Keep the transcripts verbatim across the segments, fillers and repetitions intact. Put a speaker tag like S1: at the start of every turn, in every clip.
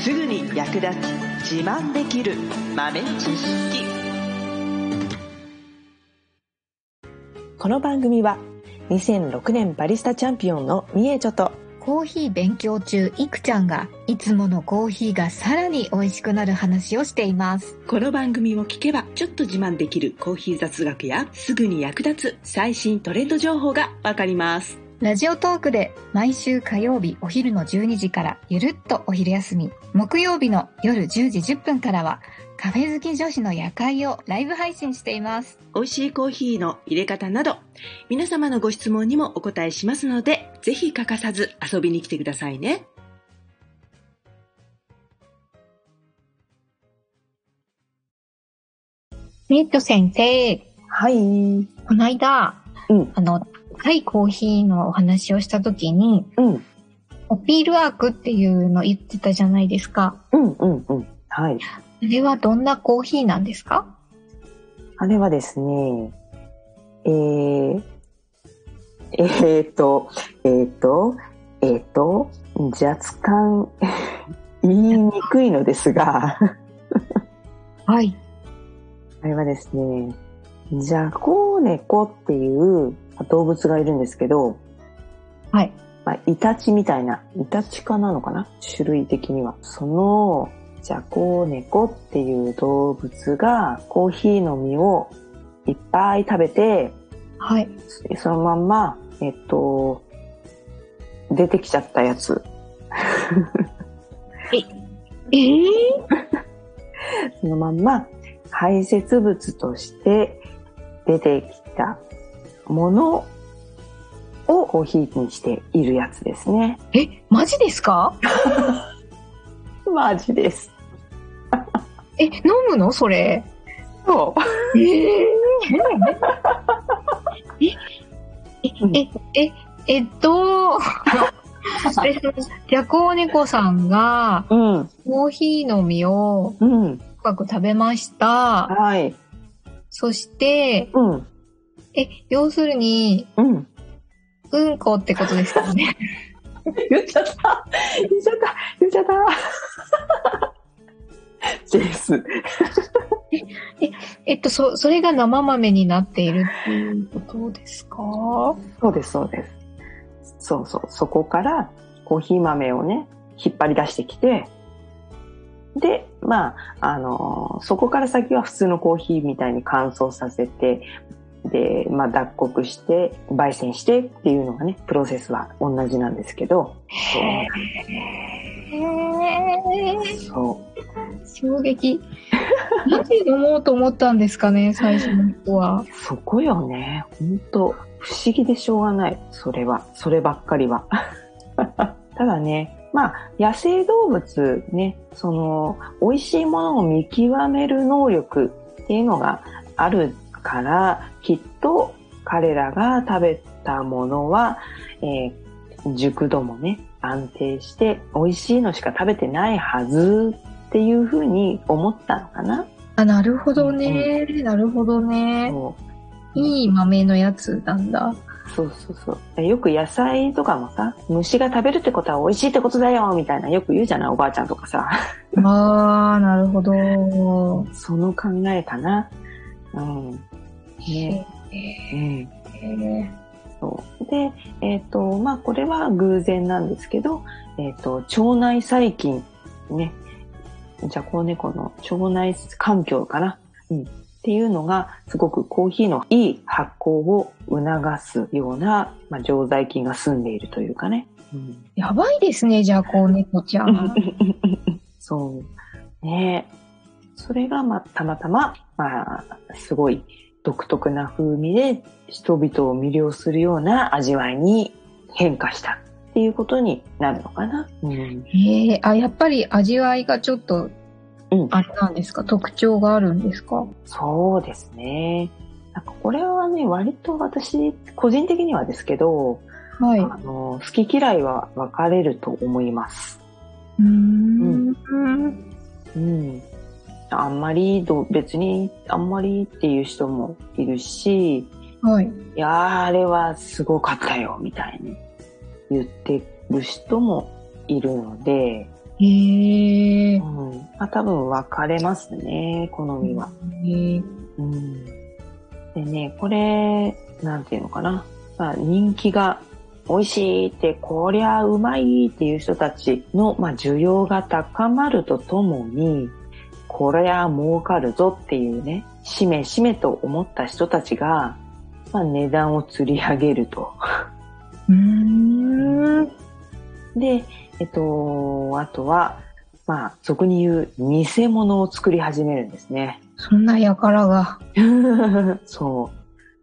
S1: すぐに役立つ自慢できる豆知識。この番組はにせんろくねんバリスタチャンピオンのみえちょと
S2: コーヒー勉強中いくちゃんがいつものコーヒーがさらに美味しくなる話をしています。
S1: この番組を聞けばちょっと自慢できるコーヒー雑学やすぐに役立つ最新トレンド情報がわかります。
S2: ラジオトークで毎週火曜日お昼のじゅうにじからゆるっとお昼休み、木曜日の夜じゅうじじゅっぷんからはカフェ好き女子の夜会をライブ配信しています。
S1: 美味しいコーヒーの入れ方など皆様のご質問にもお答えしますので、ぜひ欠かさず遊びに来てくださいね。
S2: ネット先生、
S1: はい。
S2: この間、うん、あの高いコーヒーのお話をしたときに、うん、オピールアークっていうの言ってたじゃないですか。
S3: うんうんうん。はい。
S2: あれはどんなコーヒーなんですか？
S3: あれはですね、えー、えーと、えーと、えーと、若干言いにくいのですが、
S2: はい。
S3: あれはですね、ジャコウネコっていう動物がいるんですけど、
S2: はい。
S3: まあ、イタチみたいな、イタチ科なのかな？種類的には。その、ジャコウネコっていう動物がコーヒーの実をいっぱい食べて、
S2: はい。
S3: そのまんま、えっと、出てきちゃったやつ。
S2: え、えー、
S3: そのまんま排泄物として出てきたものをコーヒーにしているやつですね。
S2: え、マジですか？
S3: マジです。
S2: え、飲むのそれ？
S3: そう。
S2: えー、え、え、え、え、えっと、ジャコウネコさんが、うん、コーヒーの実を深く食べました。
S3: うん、はい。
S2: そして、うん、え、要するに、うん、うんこってことですかね。
S3: 言っちゃった。言っちゃった。言っちゃった。です。
S2: え、え、えっと、そ、それが生豆になっているっていうことですか？
S3: そうです、そうです。そうそう。そこからコーヒー豆をね、引っ張り出してきて、で、まあ、あの、そこから先は普通のコーヒーみたいに乾燥させて、で、まあ、脱穀して、焙煎してっていうのがね、プロセスは同じなんですけど。
S2: へー。
S3: そう。
S2: 衝撃。なぜ飲もうと思ったんですかね、最初の人は。
S3: そこよね。本当不思議でしょうがない。それは。そればっかりは。ただね、まあ、野生動物ね、その、美味しいものを見極める能力っていうのがあるから、きっと彼らが食べたものは、えー、熟度もね、安定して美味しいのしか食べてないはずっていうふうに思ったのかな。
S2: あ、なるほどね、うん、なるほどね。いい豆のやつなんだ。
S3: そうそうそう。よく野菜とかもさ、虫が食べるってことは美味しいってことだよみたいなよく言うじゃない、おばあちゃんとかさ。
S2: ああ、なるほど。
S3: その考えかな。うん。ね。
S2: えー
S3: うん、そうで、えっと、まあ、これは偶然なんですけど、えっと、腸内細菌ね、ジャコウネコの腸内環境かな、うん、っていうのがすごくコーヒーのいい発酵を促すような、まあ、常在菌が住んでいるというかね。
S2: うん、やばいですね、ジャコウネコちゃん。
S3: そうね。それが、まあ、たまたま、まあ、すごい独特な風味で人々を魅了するような味わいに変化したっていうことになるのかな。うん、
S2: へえ、あ、やっぱり味わいがちょっと、あれなんですか、うん、特徴があるんですか？
S3: そうですね。なんかこれはね、割と私、個人的にはですけど、はい、あの好き嫌いは分かれると思います。
S2: うーん。
S3: うん。うんあんまりど、別にあんまりっていう人もいるし、はい。いやー、あれはすごかったよ、みたいに言ってる人もいるので、
S2: へえ。
S3: うん。まあ、多分分かれますね、好みは。
S2: へえ。
S3: うん。でね、これ、なんていうのかな。まあ、人気が美味しいって、こりゃうまいっていう人たちの、まあ、需要が高まるとともに、こりゃ儲かるぞっていうね、しめしめと思った人たちが、まあ、値段を釣り上げると。
S2: うーん。
S3: で、えっと、あとは、まあ、俗に言う偽物を作り始めるんですね。
S2: そんな輩が。
S3: そう。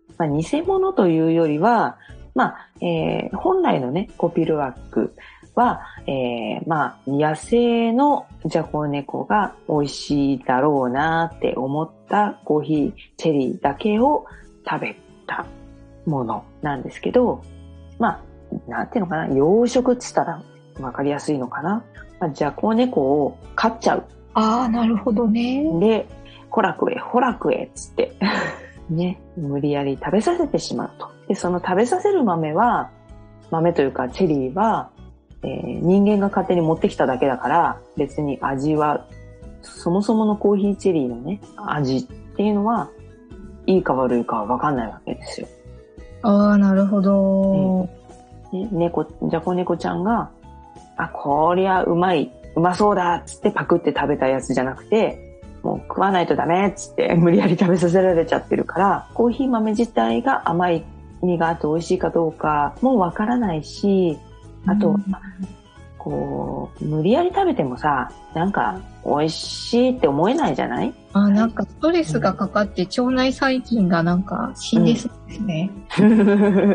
S3: まあ、偽物というよりは、まあ、えー、本来のね、コピルワックは、えー、まあ、野生のジャコウネコが美味しいだろうなって思ったコーヒー、チェリーだけを食べたものなんですけど、まあ、なんていうのかな、養殖っつったらわかりやすいのかな。まあ、ジャコウネコを飼っちゃう。
S2: ああ、なるほどね。
S3: で、ほら食え、ほら食えっつって、ね、無理やり食べさせてしまうと。で、その食べさせる豆は、豆というかチェリーは、えー、人間が勝手に持ってきただけだから、別に味は、そもそものコーヒーチェリーのね、味っていうのは、いいか悪いかは分かんないわけですよ。
S2: ああ、なるほど。
S3: うん、ね、猫、ジャコネコちゃんが、あ、こりゃうまい、うまそうだっつってパクって食べたやつじゃなくて、もう食わないとダメっつって無理やり食べさせられちゃってるから、コーヒー豆自体が甘い実があって美味しいかどうかもわからないし、あと、うん、こう、無理やり食べてもさ、なんか美味しいって思えないじゃない？
S2: あ、なんかストレスがかかって腸内細菌がなんか死んでそうですね。
S3: うん、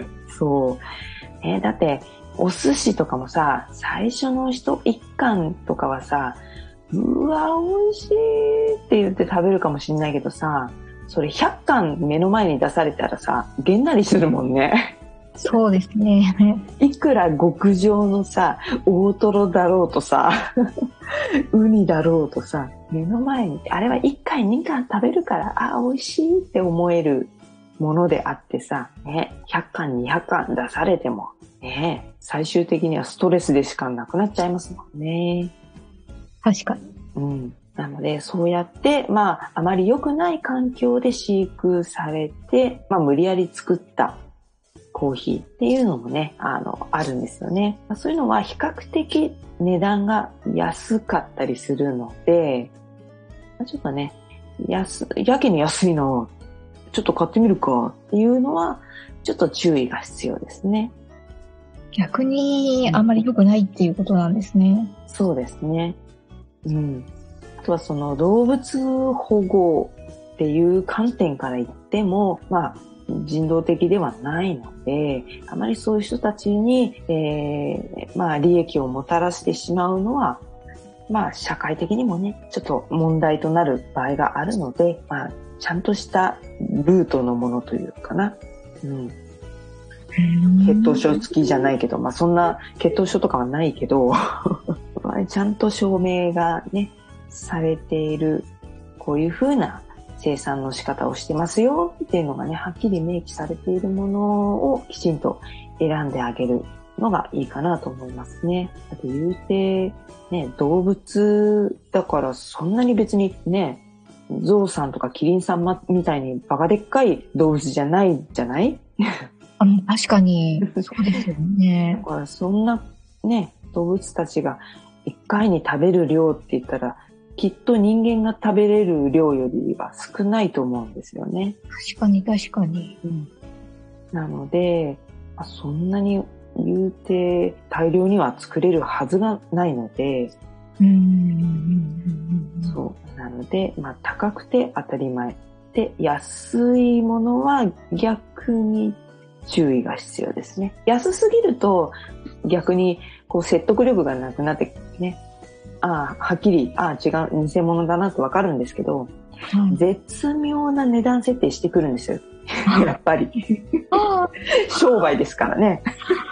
S3: そう。えー、だって、お寿司とかもさ、最初の人一貫とかはさ、うわ、美味しいって言って食べるかもしんないけどさ、それひゃっかん目の前に出されたらさ、げんなりするもんね。
S2: そうですね。
S3: いくら極上のさ、大トロだろうとさ、ウニだろうとさ、目の前に、あれはいっかいにかん食べるから、あ、美味しいって思えるものであってさ、ね、ひゃっかんにひゃっかん出されても、ね、最終的にはストレスでしかなくなっちゃいますもんね。
S2: 確かに。
S3: うん。なので、そうやって、まあ、あまり良くない環境で飼育されて、まあ、無理やり作ったコーヒーっていうのもね、あの、あるんですよね。そういうのは比較的値段が安かったりするので、ちょっとね、安、やけに安いの、ちょっと買ってみるかっていうのは、ちょっと注意が必要ですね。
S2: 逆にあまり良くないっていうことなんですね。
S3: そうですね。うん。あとはその動物保護っていう観点から言っても、まあ人道的ではないので、あまりそういう人たちに、えー、まあ利益をもたらしてしまうのは、まあ社会的にもね、ちょっと問題となる場合があるので、まあちゃんとしたルートのものというかな。うん。血糖症付きじゃないけど、まあそんな血糖症とかはないけど、ちゃんと証明がね、されている、こういう風な生産の仕方をしてますよっていうのがね、はっきり明記されているものをきちんと選んであげるのがいいかなと思いますね。だって言うて、ね、動物だからそんなに別にね、ゾウさんとかキリンさんみたいにバカでっかい動物じゃないじゃない
S2: あ、確かに、そうですよね。
S3: だからそんなね、動物たちが一回に食べる量って言ったら、きっと人間が食べれる量よりは少ないと思うんですよね。
S2: 確かに確かに。
S3: うん、なので、そんなに言うて大量には作れるはずがないので、
S2: うーん、
S3: そうなので、まあ、高くて当たり前で、安いものは逆に注意が必要ですね。安すぎると逆にこう説得力がなくなってね、ああはっきりああ違う偽物だなってわかるんですけど、うん、絶妙な値段設定してくるんですよ。やっぱり商売ですからね。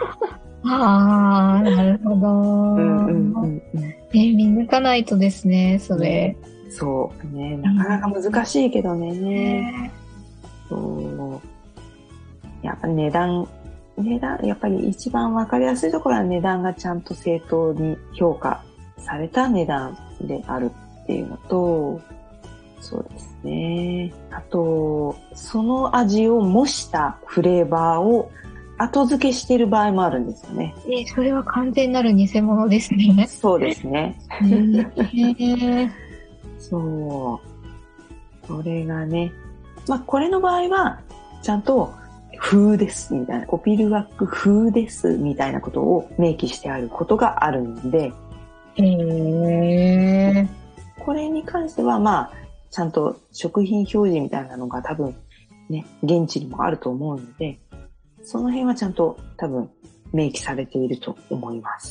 S2: ああ、なるほど。
S3: うんうんうんうん。
S2: ね、見抜かないとですね、それ。
S3: ね、そうね、なかなか難しいけどね。ね、そうやっぱ値段、値段、やっぱり一番わかりやすいところは値段がちゃんと正当に評価された値段であるっていうのと、そうですね。あと、その味を模したフレーバーを後付けしている場合もあるんですよね。
S2: え、それは完全なる偽物ですね。
S3: そうですね。
S2: へー
S3: そう。それがね。まあ、これの場合は、ちゃんと、風ですみたいな、コピルワック風ですみたいなことを明記してあることがあるので、
S2: へー
S3: これに関しては、まあ、ちゃんと食品表示みたいなのが多分ね、現地にもあると思うので、その辺はちゃんと多分明記されていると思います。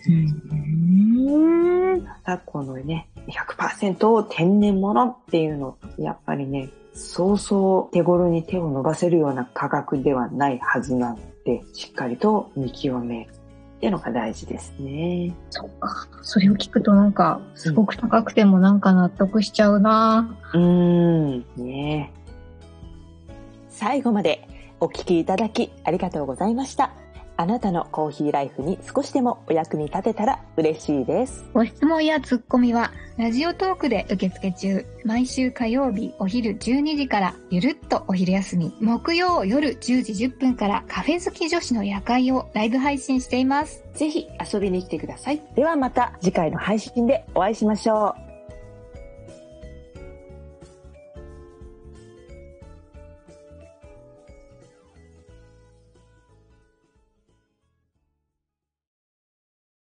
S2: うん
S3: ただこのね、ひゃくパーセント 天然物っていうの、やっぱりね、そうそう手頃に手を伸ばせるような価格ではないはずなので、しっかりと見極めるっていうのが大事ですね。
S2: そっか。それを聞くとなんか、すごく高くてもなんか納得しちゃうな。
S3: うーん、ね。
S1: 最後までお聞きいただきありがとうございました。あなたのコーヒーライフに少しでもお役に立てたら嬉しいです。
S2: ご質問やツッコミは、ラジオトークで受付中。毎週火曜日お昼じゅうにじからゆるっとお昼休み。木曜夜じゅうじじゅっぷんからカフェ好き女子の夜会をライブ配信しています。
S1: ぜひ遊びに来てください。ではまた次回の配信でお会いしましょう。